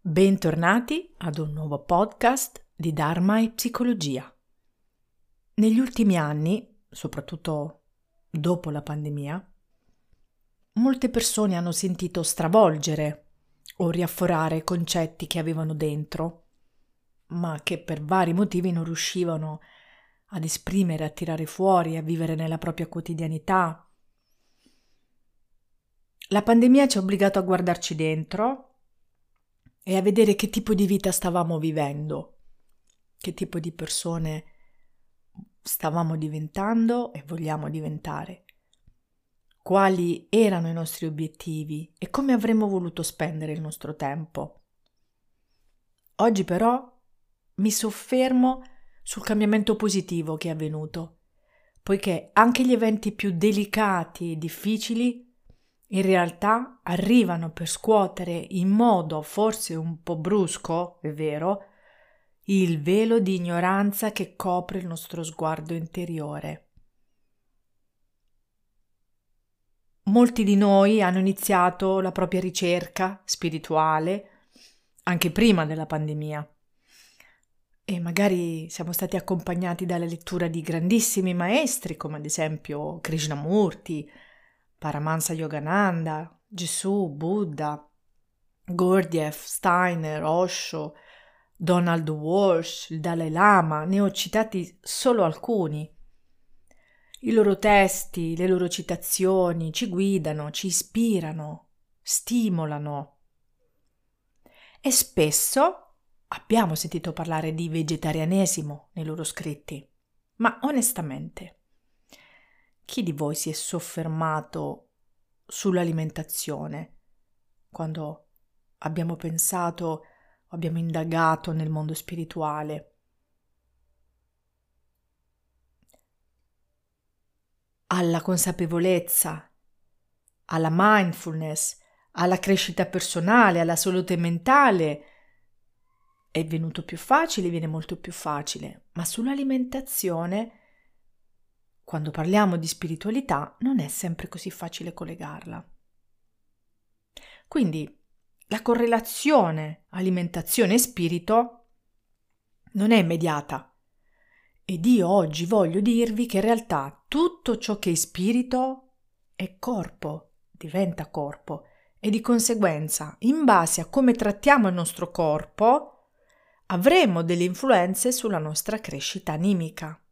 Bentornati ad un nuovo podcast di Dharma e Psicologia. Negli ultimi anni, soprattutto dopo la pandemia, molte persone hanno sentito stravolgere o riafforare concetti che avevano dentro, ma che per vari motivi non riuscivano ad esprimere, a tirare fuori, a vivere nella propria quotidianità. La pandemia ci ha obbligato a guardarci dentro e a vedere che tipo di vita stavamo vivendo, che tipo di persone stavamo diventando e vogliamo diventare, quali erano i nostri obiettivi e come avremmo voluto spendere il nostro tempo. Oggi però mi soffermo sul cambiamento positivo che è avvenuto, poiché anche gli eventi più delicati e difficili in realtà arrivano per scuotere in modo forse un po' brusco, è vero, il velo di ignoranza che copre il nostro sguardo interiore. Molti di noi hanno iniziato la propria ricerca spirituale anche prima della pandemia e magari siamo stati accompagnati dalla lettura di grandissimi maestri come ad esempio Krishnamurti, Paramahansa Yogananda, Gesù, Buddha, Gurdjieff, Steiner, Osho, Donald Walsh, il Dalai Lama, ne ho citati solo alcuni. I loro testi, le loro citazioni ci guidano, ci ispirano, stimolano. E spesso abbiamo sentito parlare di vegetarianesimo nei loro scritti, ma onestamente, chi di voi si è soffermato sull'alimentazione quando abbiamo pensato, abbiamo indagato nel mondo spirituale? Alla consapevolezza, alla mindfulness, alla crescita personale, alla salute mentale è venuto più facile, viene molto più facile, ma sull'alimentazione, quando parliamo di spiritualità, non è sempre così facile collegarla. Quindi la correlazione alimentazione e spirito non è immediata. Ed io oggi voglio dirvi che in realtà tutto ciò che è spirito è corpo, diventa corpo e di conseguenza, in base a come trattiamo il nostro corpo, avremo delle influenze sulla nostra crescita animica.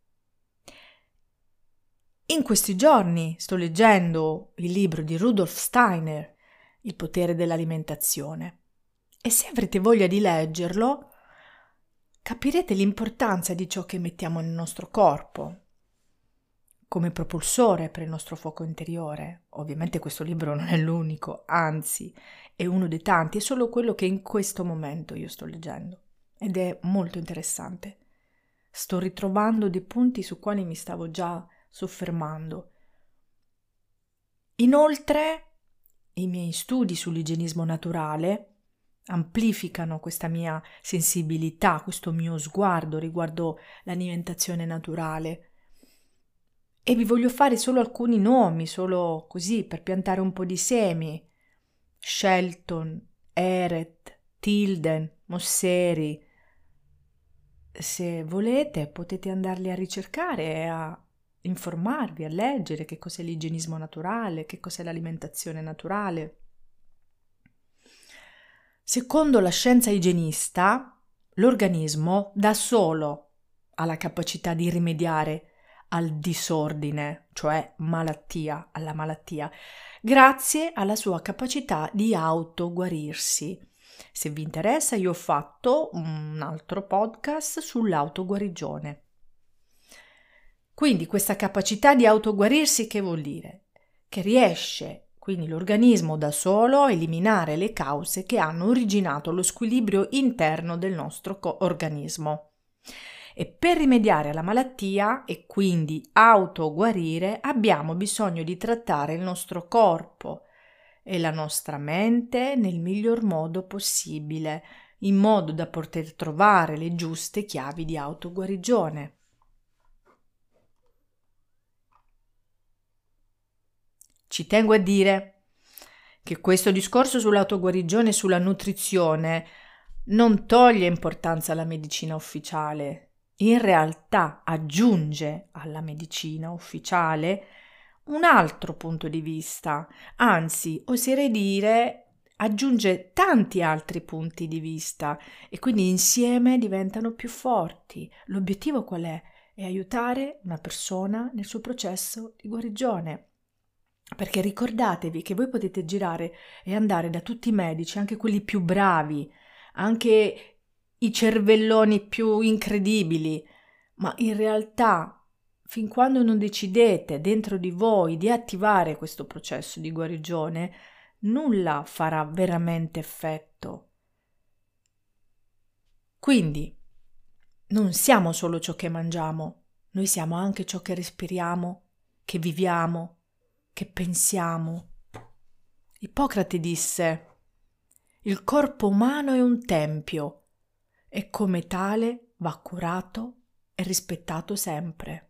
In questi giorni sto leggendo il libro di Rudolf Steiner, Il potere dell'alimentazione, e se avrete voglia di leggerlo, capirete l'importanza di ciò che mettiamo nel nostro corpo come propulsore per il nostro fuoco interiore. Ovviamente questo libro non è l'unico, anzi è uno dei tanti, è solo quello che in questo momento io sto leggendo ed è molto interessante. Sto ritrovando dei punti su quali mi stavo già soffermando. Inoltre, i miei studi sull'igienismo naturale amplificano questa mia sensibilità, questo mio sguardo riguardo l'alimentazione naturale. E vi voglio fare solo alcuni nomi, solo così per piantare un po' di semi. Shelton, Eret, Tilden, Mosseri. Se volete potete andarli a ricercare e a informarvi, a leggere che cos'è l'igienismo naturale, che cos'è l'alimentazione naturale. Secondo la scienza igienista, l'organismo da solo ha la capacità di rimediare al disordine, cioè malattia, alla malattia, grazie alla sua capacità di autoguarirsi. Se vi interessa, io ho fatto un altro podcast sull'autoguarigione. Quindi questa capacità di autoguarirsi che vuol dire? Che riesce quindi l'organismo da solo a eliminare le cause che hanno originato lo squilibrio interno del nostro organismo. E per rimediare alla malattia e quindi autoguarire abbiamo bisogno di trattare il nostro corpo e la nostra mente nel miglior modo possibile, in modo da poter trovare le giuste chiavi di autoguarigione. Ci tengo a dire che questo discorso sull'autoguarigione e sulla nutrizione non toglie importanza alla medicina ufficiale, in realtà aggiunge alla medicina ufficiale un altro punto di vista, anzi, oserei dire, aggiunge tanti altri punti di vista e quindi insieme diventano più forti. L'obiettivo qual è? È aiutare una persona nel suo processo di guarigione. Perché ricordatevi che voi potete girare e andare da tutti i medici, anche quelli più bravi, anche i cervelloni più incredibili, ma in realtà, fin quando non decidete dentro di voi di attivare questo processo di guarigione, nulla farà veramente effetto. Quindi, non siamo solo ciò che mangiamo, noi siamo anche ciò che respiriamo, che viviamo, che pensiamo. Ippocrate disse: il corpo umano è un tempio e come tale va curato e rispettato sempre.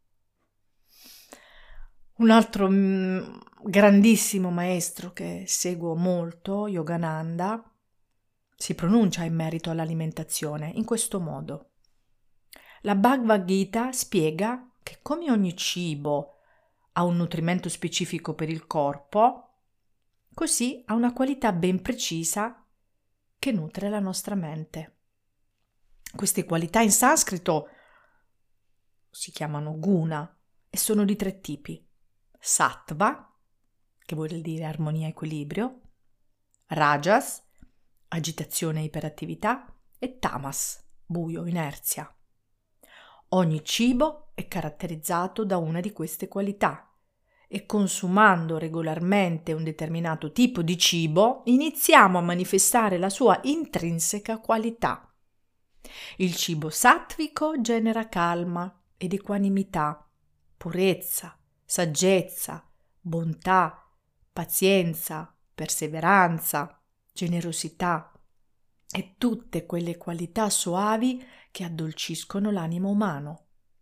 Un altro grandissimo maestro che seguo molto, Yogananda, si pronuncia in merito all'alimentazione in questo modo. La Bhagavad Gita spiega che come ogni cibo ha un nutrimento specifico per il corpo, così ha una qualità ben precisa che nutre la nostra mente. Queste qualità in sanscrito si chiamano guna e sono di 3 tipi: sattva, che vuol dire armonia e equilibrio, rajas, agitazione e iperattività, e tamas, buio, inerzia. Ogni cibo è caratterizzato da una di queste qualità e consumando regolarmente un determinato tipo di cibo iniziamo a manifestare la sua intrinseca qualità. Il cibo sattvico genera calma ed equanimità, purezza, saggezza, bontà, pazienza, perseveranza, generosità e tutte quelle qualità soavi che addolciscono l'animo umano.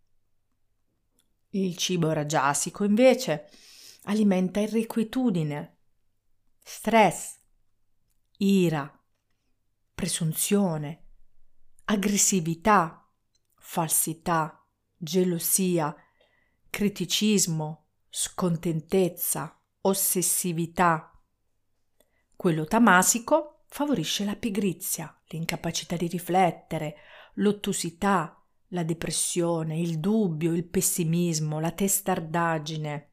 Il cibo rajasico, invece, alimenta irrequietudine, stress, ira, presunzione, aggressività, falsità, gelosia, criticismo, scontentezza, ossessività. Quello tamasico favorisce la pigrizia, l'incapacità di riflettere, l'ottusità, la depressione, il dubbio, il pessimismo, la testardaggine.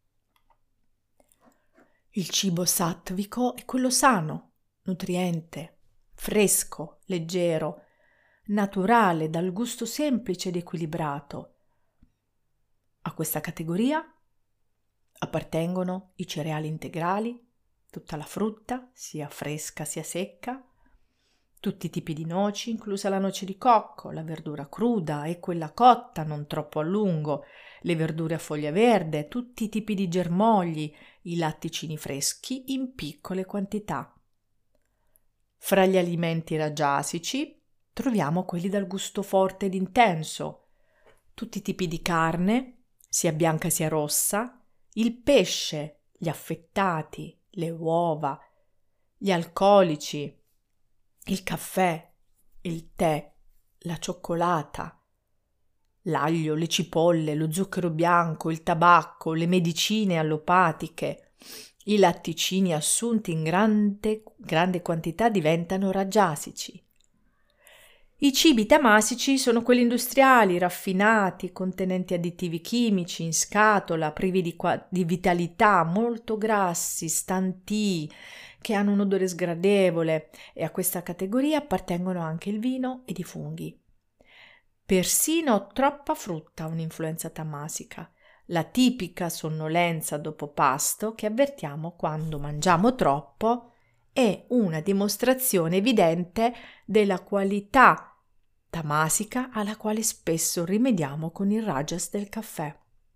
Il cibo sattvico è quello sano, nutriente, fresco, leggero, naturale, dal gusto semplice ed equilibrato. A questa categoria appartengono i cereali integrali, tutta la frutta, sia fresca sia secca, tutti i tipi di noci, inclusa la noce di cocco, la verdura cruda e quella cotta non troppo a lungo, le verdure a foglia verde, tutti i tipi di germogli, i latticini freschi in piccole quantità. Fra gli alimenti rajasici troviamo quelli dal gusto forte ed intenso, tutti i tipi di carne, sia bianca sia rossa, il pesce, gli affettati, le uova, gli alcolici, il caffè, il tè, la cioccolata, l'aglio, le cipolle, lo zucchero bianco, il tabacco, le medicine allopatiche, i latticini assunti in grande quantità diventano rajasici. I cibi tamasici sono quelli industriali, raffinati, contenenti additivi chimici in scatola, privi di vitalità, molto grassi, stantii, che hanno un odore sgradevole, e a questa categoria appartengono anche il vino ed i funghi. Persino troppa frutta ha un'influenza tamasica, la tipica sonnolenza dopo pasto che avvertiamo quando mangiamo troppo è una dimostrazione evidente della qualità tamasica alla quale spesso rimediamo con il rajas del caffè.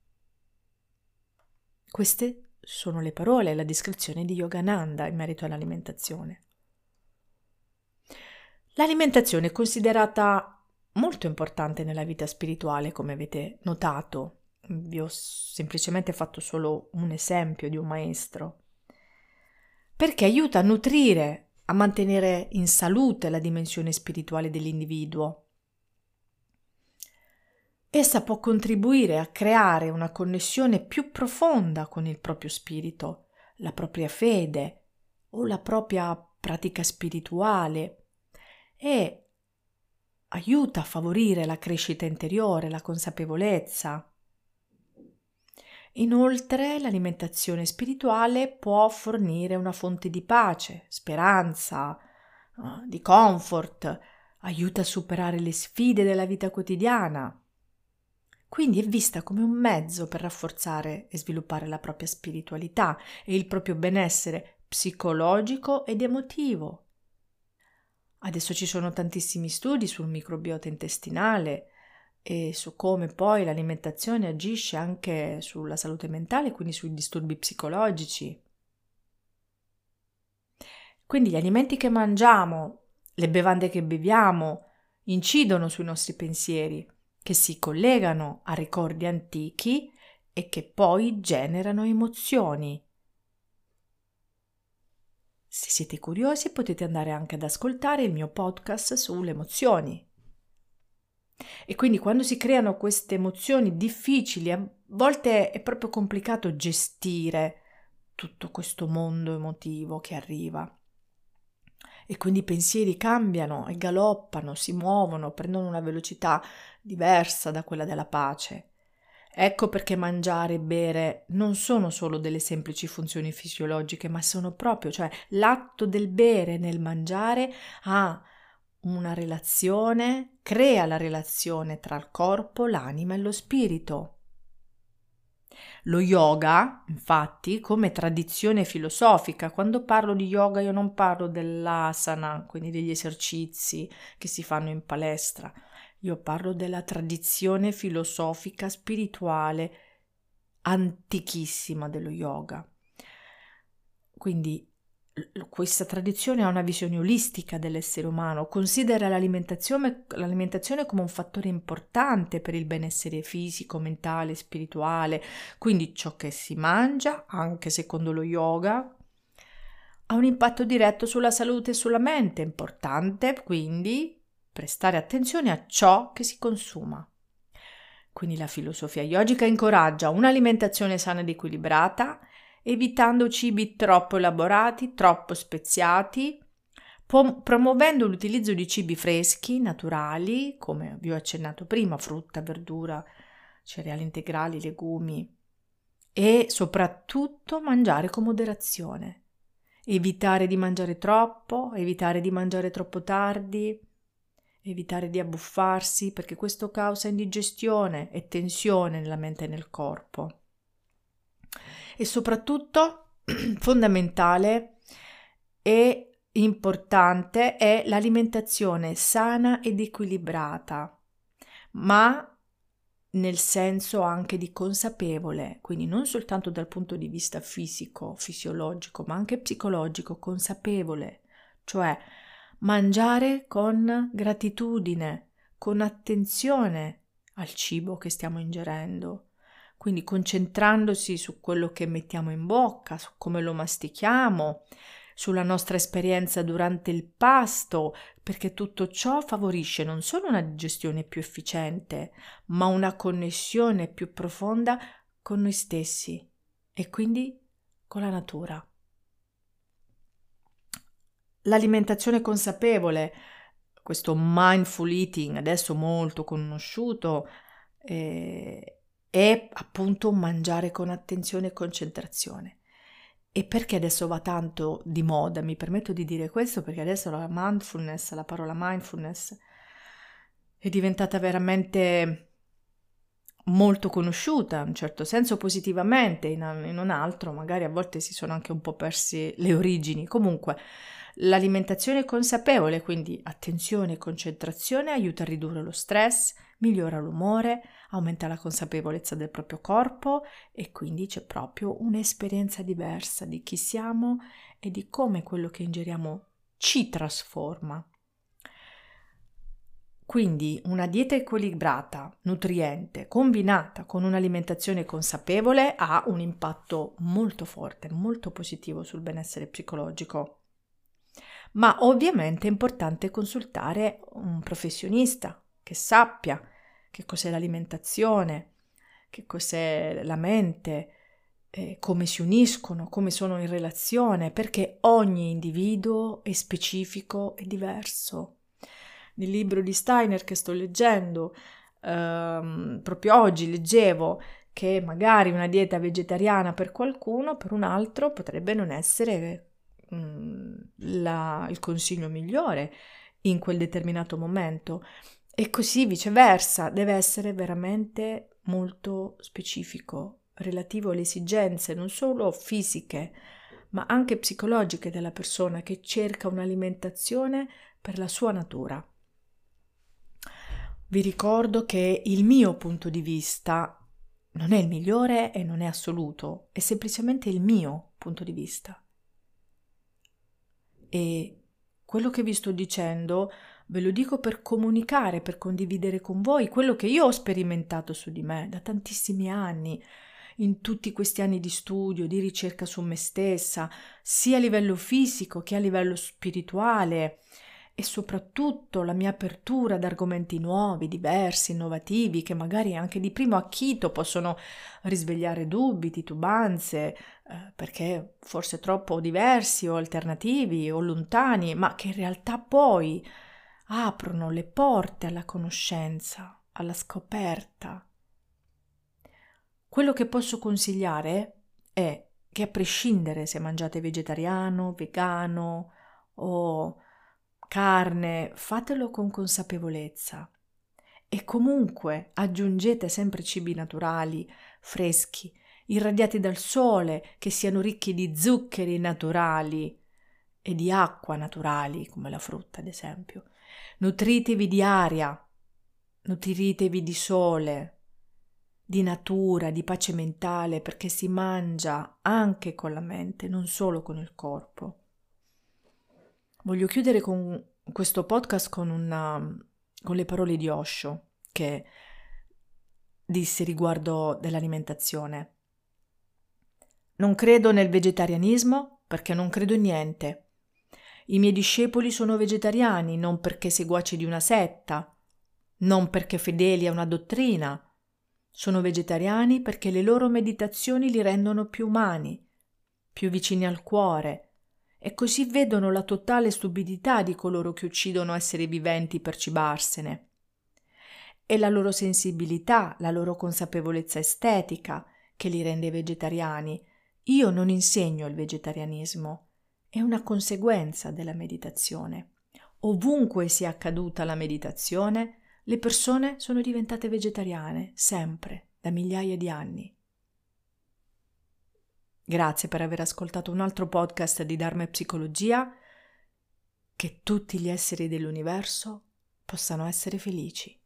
Queste sono le parole e la descrizione di Yogananda in merito all'alimentazione. L'alimentazione è considerata molto importante nella vita spirituale, come avete notato. Vi ho semplicemente fatto solo un esempio di un maestro. perché aiuta a nutrire, a mantenere in salute la dimensione spirituale dell'individuo. Essa può contribuire a creare una connessione più profonda con il proprio spirito, la propria fede o la propria pratica spirituale e aiuta a favorire la crescita interiore, la consapevolezza. Inoltre, l'alimentazione spirituale può fornire una fonte di pace, speranza, di comfort, aiuta a superare le sfide della vita quotidiana. Quindi è vista come un mezzo per rafforzare e sviluppare la propria spiritualità e il proprio benessere psicologico ed emotivo. Adesso ci sono tantissimi studi sul microbiota intestinale e su come poi l'alimentazione agisce anche sulla salute mentale, quindi sui disturbi psicologici. Quindi gli alimenti che mangiamo, le bevande che beviamo, incidono sui nostri pensieri, che si collegano a ricordi antichi e che poi generano emozioni. Se siete curiosi potete andare anche ad ascoltare il mio podcast sulle emozioni. E quindi quando si creano queste emozioni difficili, a volte è proprio complicato gestire tutto questo mondo emotivo che arriva. E quindi i pensieri cambiano e galoppano, si muovono, prendono una velocità diversa da quella della pace. Ecco perché mangiare e bere non sono solo delle semplici funzioni fisiologiche, ma sono proprio, cioè l'atto del bere nel mangiare ha una relazione, crea la relazione tra il corpo, l'anima e lo spirito. Lo yoga, infatti, come tradizione filosofica, quando parlo di yoga io non parlo dell'asana, quindi degli esercizi che si fanno in palestra, io parlo della tradizione filosofica spirituale antichissima dello yoga. Quindi questa tradizione ha una visione olistica dell'essere umano, considera l'alimentazione come un fattore importante per il benessere fisico, mentale, spirituale, quindi ciò che si mangia, anche secondo lo yoga, ha un impatto diretto sulla salute e sulla mente, è importante quindi prestare attenzione a ciò che si consuma. Quindi la filosofia yogica incoraggia un'alimentazione sana ed equilibrata, evitando cibi troppo elaborati, troppo speziati, promuovendo l'utilizzo di cibi freschi, naturali, come vi ho accennato prima, frutta, verdura, cereali integrali, legumi, e soprattutto mangiare con moderazione. Evitare di mangiare troppo, evitare di mangiare troppo tardi, evitare di abbuffarsi perché questo causa indigestione e tensione nella mente e nel corpo. E soprattutto fondamentale e importante è l'alimentazione sana ed equilibrata, ma nel senso anche di consapevole, quindi non soltanto dal punto di vista fisico, fisiologico, ma anche psicologico, consapevole, cioè mangiare con gratitudine, con attenzione al cibo che stiamo ingerendo, quindi concentrandosi su quello che mettiamo in bocca, su come lo mastichiamo, sulla nostra esperienza durante il pasto, perché tutto ciò favorisce non solo una digestione più efficiente, ma una connessione più profonda con noi stessi e quindi con la natura. L'alimentazione consapevole, questo mindful eating, adesso molto conosciuto, è appunto mangiare con attenzione e concentrazione. E perché adesso va tanto di moda? Mi permetto di dire questo perché adesso la parola mindfulness è diventata veramente molto conosciuta, in un certo senso positivamente, in un altro magari a volte si sono anche un po' persi le origini. Comunque l'alimentazione consapevole, quindi attenzione e concentrazione, aiuta a ridurre lo stress, migliora l'umore, aumenta la consapevolezza del proprio corpo e quindi c'è proprio un'esperienza diversa di chi siamo e di come quello che ingeriamo ci trasforma. Quindi una dieta equilibrata, nutriente, combinata con un'alimentazione consapevole ha un impatto molto forte, molto positivo sul benessere psicologico. Ma ovviamente è importante consultare un professionista che sappia che cos'è l'alimentazione, che cos'è la mente, come si uniscono, come sono in relazione, perché ogni individuo è specifico e diverso. Nel libro di Steiner che sto leggendo, proprio oggi leggevo che magari una dieta vegetariana per qualcuno, per un altro potrebbe non essere il consiglio migliore in quel determinato momento. E così viceversa, deve essere veramente molto specifico, relativo alle esigenze non solo fisiche, ma anche psicologiche della persona che cerca un'alimentazione per la sua natura. Vi ricordo che il mio punto di vista non è il migliore e non è assoluto, è semplicemente il mio punto di vista. E quello che vi sto dicendo ve lo dico per comunicare, per condividere con voi quello che io ho sperimentato su di me da tantissimi anni, in tutti questi anni di studio, di ricerca su me stessa, sia a livello fisico che a livello spirituale, e soprattutto la mia apertura ad argomenti nuovi, diversi, innovativi, che magari anche di primo acchito possono risvegliare dubbi, titubanze, perché forse troppo diversi o alternativi o lontani, ma che in realtà poi aprono le porte alla conoscenza, alla scoperta. Quello che posso consigliare è che a prescindere se mangiate vegetariano, vegano o carne, fatelo con consapevolezza e comunque aggiungete sempre cibi naturali, freschi, irradiati dal sole, che siano ricchi di zuccheri naturali e di acqua naturali, come la frutta ad esempio. Nutritevi di aria, nutritevi di sole, di natura, di pace mentale, perché si mangia anche con la mente, non solo con il corpo. Voglio chiudere con questo podcast con le parole di Osho, che disse riguardo dell'alimentazione. Non credo nel vegetarianismo perché non credo in niente. I miei discepoli sono vegetariani non perché seguaci di una setta, non perché fedeli a una dottrina. Sono vegetariani perché le loro meditazioni li rendono più umani, più vicini al cuore, e così vedono la totale stupidità di coloro che uccidono esseri viventi per cibarsene. È la loro sensibilità, la loro consapevolezza estetica che li rende vegetariani. Io non insegno il vegetarianismo, è una conseguenza della meditazione. Ovunque sia accaduta la meditazione, le persone sono diventate vegetariane, sempre, da migliaia di anni. Grazie per aver ascoltato un altro podcast di Dharma e Psicologia. Che tutti gli esseri dell'universo possano essere felici.